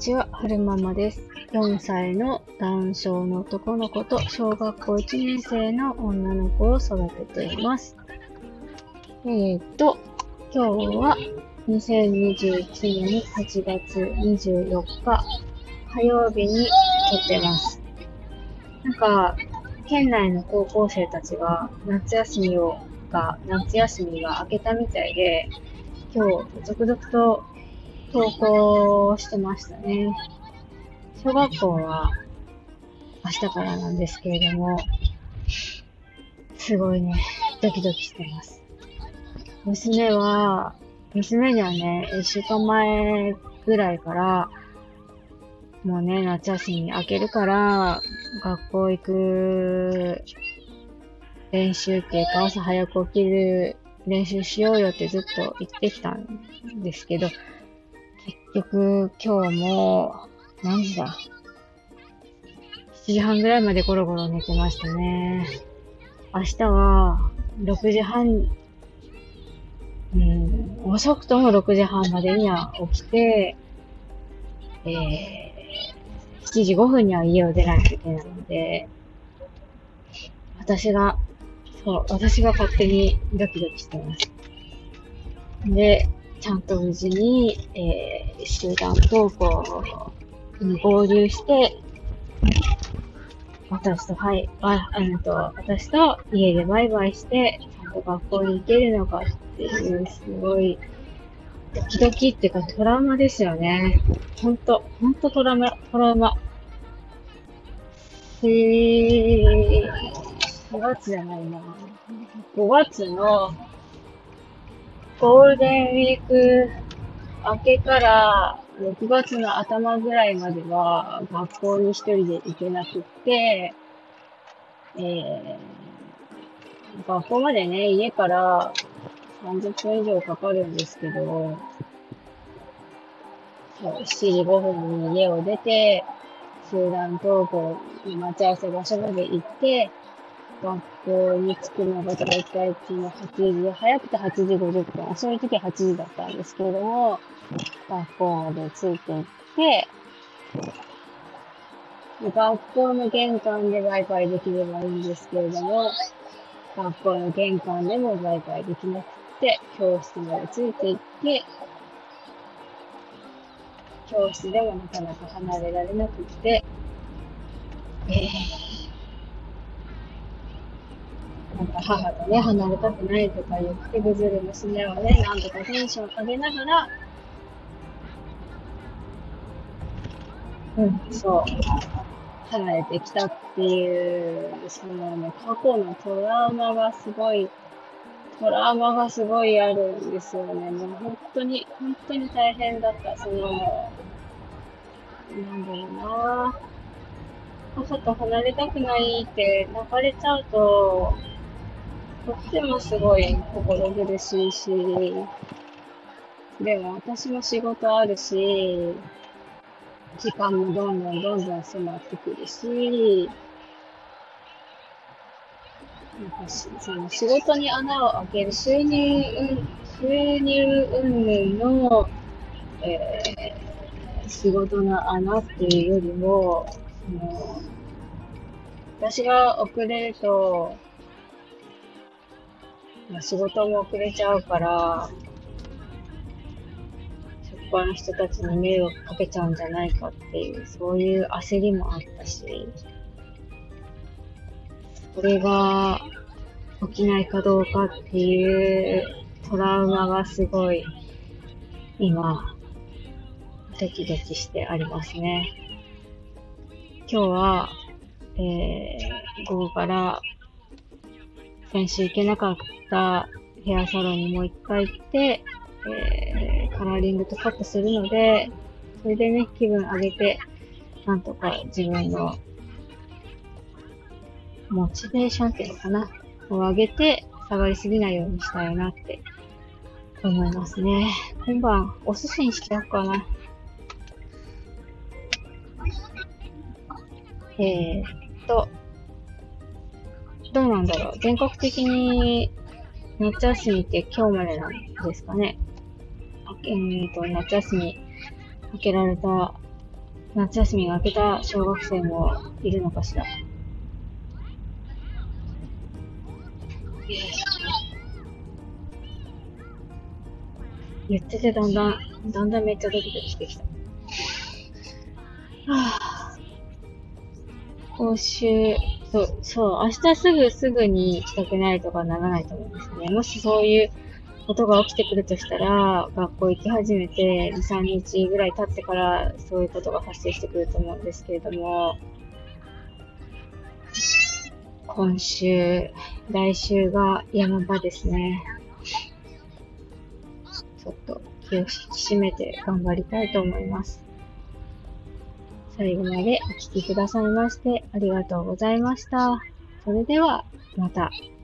ちは、はるままです。4歳のダウン症の男の子と小学校1年生の女の子を育てています。今日は2021年8月24日火曜日に撮ってます。県内の高校生たちが夏休みが明けたみたいで、今日続々と登校してましたね。小学校は明日からなんですけれども、すごいね、ドキドキしてます。娘にはね、1週間前ぐらいから、もうね、夏休み明けるから、学校行く練習っていうか、朝早く起きる練習しようよってずっと言ってきたんですけど、結局今日も、何時だ ?7 時半ぐらいまでゴロゴロ寝てましたね。明日は6時半、遅くとも6時半までには起きて、7時5分には家を出ないといけないので、私が勝手にドキドキしてます。で、ちゃんと無事に、集団登校に合流して、私と家でバイバイして、ちゃんと学校に行けるのかっていう、すごい、ドキドキっていうかトラウマですよね。ほんとトラウマ。4月じゃないな。5月のゴールデンウィーク明けから6月の頭ぐらいまでは学校に一人で行けなくって、学校までね、家から30分以上かかるんですけど、7時5分に家を出て、集団登校に待ち合わせ場所まで行って、学校に着くのがだいたい8時、早くて8時50分、遅い時は8時だったんですけれども、学校まで着いていって、学校の玄関でバイバイできればいいんですけれども、学校の玄関でもバイバイできなくて、教室までついていって、教室でもなかなか離れられなくて、母とね、離れたくないとか言ってぐずる娘をね、なんとかテンション上げながら、離れてきたっていう、過去のトラウマがすごいあるんですよね。もう本当に大変だった。母と離れたくないって泣かれちゃうと、とってもすごい心苦しいし、でも私も仕事あるし、時間もどんどん迫ってくるし、その仕事に穴を開ける収入云々の、仕事の穴っていうよりも、私が遅れると、仕事も遅れちゃうから、職場の人たちに迷惑かけちゃうんじゃないかっていう、そういう焦りもあったし、これが起きないかどうかっていうトラウマがすごい今ドキドキしてありますね。今日は、午後から先週行けなかったヘアサロンにもう一回行って、カラーリングとカットするので、それでね、気分上げて、なんとか自分のモチベーションっていうのかなを上げて下がりすぎないようにしたいなって思いますね。今晩お寿司にしちゃおうかな。どうなんだろう。全国的に夏休みって今日までなんですかね。夏休み明けられた夏休みが明けた小学生もいるのかしら。言っててだんだんめっちゃドキドキしてきた。はぁ、今週、明日すぐに行きたくないとかならないと思うんですね。もしそういうことが起きてくるとしたら、学校行き始めて2、3日ぐらい経ってからそういうことが発生してくると思うんですけれども、今週、来週が山場ですね。ちょっと気を引き締めて頑張りたいと思います。最後までお聞きくださいましてありがとうございました。それではまた。